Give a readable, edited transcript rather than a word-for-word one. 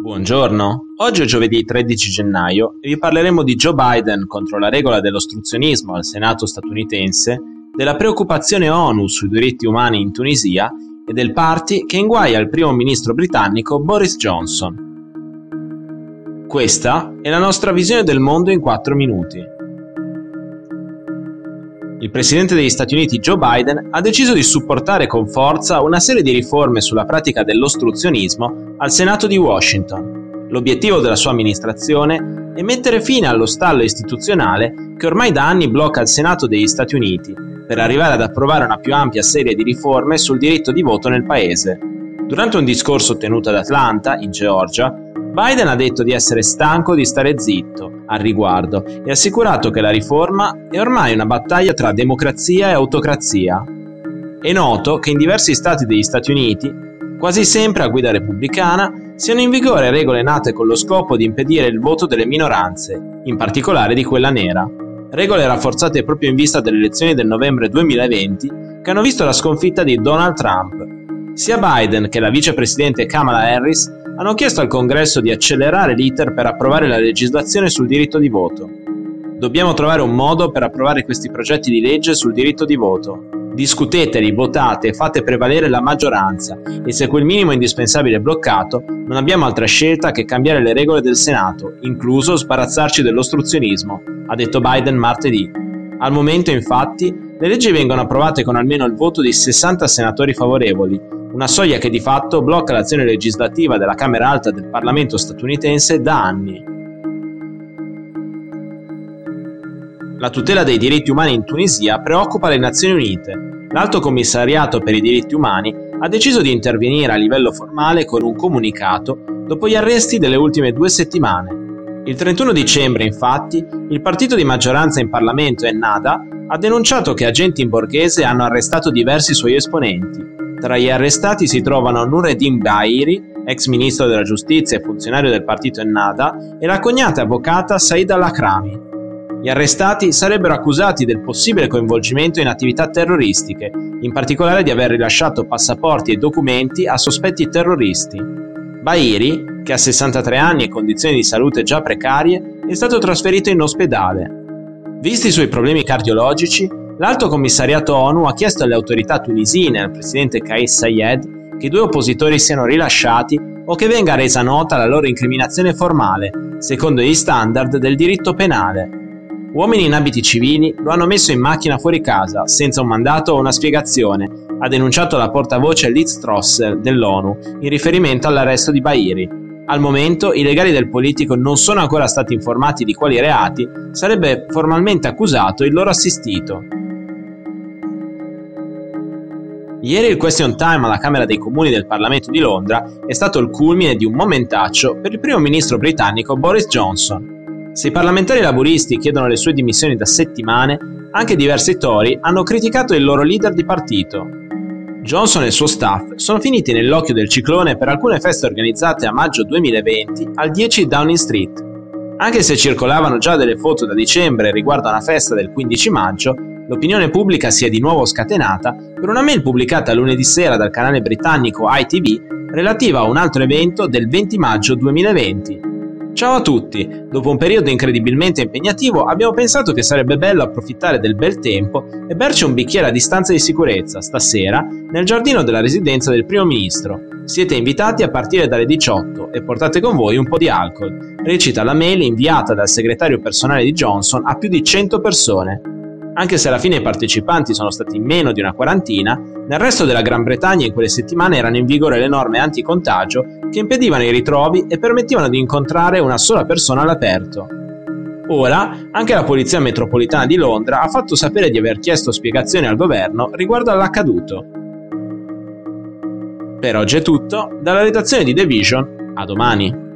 Buongiorno, oggi è giovedì 13 gennaio e vi parleremo di Joe Biden contro la regola dell'ostruzionismo al Senato statunitense, della preoccupazione ONU sui diritti umani in Tunisia e del party che inguaia il primo ministro britannico Boris Johnson. Questa è la nostra visione del mondo in 4 minuti. Il presidente degli Stati Uniti Joe Biden ha deciso di supportare con forza una serie di riforme sulla pratica dell'ostruzionismo al Senato di Washington. L'obiettivo della sua amministrazione è mettere fine allo stallo istituzionale che ormai da anni blocca il Senato degli Stati Uniti, per arrivare ad approvare una più ampia serie di riforme sul diritto di voto nel paese. Durante un discorso tenuto ad Atlanta, in Georgia, Biden ha detto di essere stanco di stare zitto al riguardo e ha assicurato che la riforma è ormai una battaglia tra democrazia e autocrazia. È noto che in diversi stati degli Stati Uniti, quasi sempre a guida repubblicana, siano in vigore regole nate con lo scopo di impedire il voto delle minoranze, in particolare di quella nera. Regole rafforzate proprio in vista delle elezioni del novembre 2020 che hanno visto la sconfitta di Donald Trump. Sia Biden che la vicepresidente Kamala Harris hanno chiesto al Congresso di accelerare l'iter per approvare la legislazione sul diritto di voto. Dobbiamo trovare un modo per approvare questi progetti di legge sul diritto di voto. Discuteteli, votate e fate prevalere la maggioranza e se quel minimo indispensabile è bloccato, non abbiamo altra scelta che cambiare le regole del Senato, incluso sbarazzarci dell'ostruzionismo, ha detto Biden martedì. Al momento, infatti, le leggi vengono approvate con almeno il voto di 60 senatori favorevoli, una soglia che di fatto blocca l'azione legislativa della Camera Alta del Parlamento statunitense da anni. La tutela dei diritti umani in Tunisia preoccupa le Nazioni Unite. L'Alto Commissariato per i diritti umani ha deciso di intervenire a livello formale con un comunicato dopo gli arresti delle ultime 2 settimane. Il 31 dicembre, infatti, il partito di maggioranza in Parlamento, Ennahda, ha denunciato che agenti in borghese hanno arrestato diversi suoi esponenti. Tra gli arrestati si trovano Nureddin Bahiri, ex ministro della giustizia e funzionario del partito Ennahda, e la cognata avvocata Saida al-Akrami. Gli arrestati sarebbero accusati del possibile coinvolgimento in attività terroristiche, in particolare di aver rilasciato passaporti e documenti a sospetti terroristi. Bahiri, che ha 63 anni e condizioni di salute già precarie, è stato trasferito in ospedale. Visti i suoi problemi cardiologici, l'Alto Commissariato ONU ha chiesto alle autorità tunisine e al presidente Kais Saied che i 2 oppositori siano rilasciati o che venga resa nota la loro incriminazione formale, secondo gli standard del diritto penale. Uomini in abiti civili lo hanno messo in macchina fuori casa, senza un mandato o una spiegazione, ha denunciato la portavoce Liz Truss dell'ONU in riferimento all'arresto di Bahiri. Al momento i legali del politico non sono ancora stati informati di quali reati sarebbe formalmente accusato il loro assistito. Ieri il question time alla Camera dei Comuni del Parlamento di Londra è stato il culmine di un momentaccio per il primo ministro britannico Boris Johnson. Se i parlamentari laburisti chiedono le sue dimissioni da settimane, anche diversi Tory hanno criticato il loro leader di partito. Johnson e il suo staff sono finiti nell'occhio del ciclone per alcune feste organizzate a maggio 2020 al 10 Downing Street. Anche se circolavano già delle foto da dicembre riguardo a una festa del 15 maggio, l'opinione pubblica si è di nuovo scatenata per una mail pubblicata lunedì sera dal canale britannico ITV relativa a un altro evento del 20 maggio 2020. Ciao a tutti! Dopo un periodo incredibilmente impegnativo abbiamo pensato che sarebbe bello approfittare del bel tempo e berci un bicchiere a distanza di sicurezza stasera nel giardino della residenza del primo ministro. Siete invitati a partire dalle 18 e portate con voi un po' di alcol, recita la mail inviata dal segretario personale di Johnson a più di 100 persone. Anche se alla fine i partecipanti sono stati meno di una quarantina, nel resto della Gran Bretagna in quelle settimane erano in vigore le norme anticontagio che impedivano i ritrovi e permettevano di incontrare una sola persona all'aperto. Ora, anche la Polizia Metropolitana di Londra ha fatto sapere di aver chiesto spiegazioni al governo riguardo all'accaduto. Per oggi è tutto, dalla redazione di The Vision, a domani.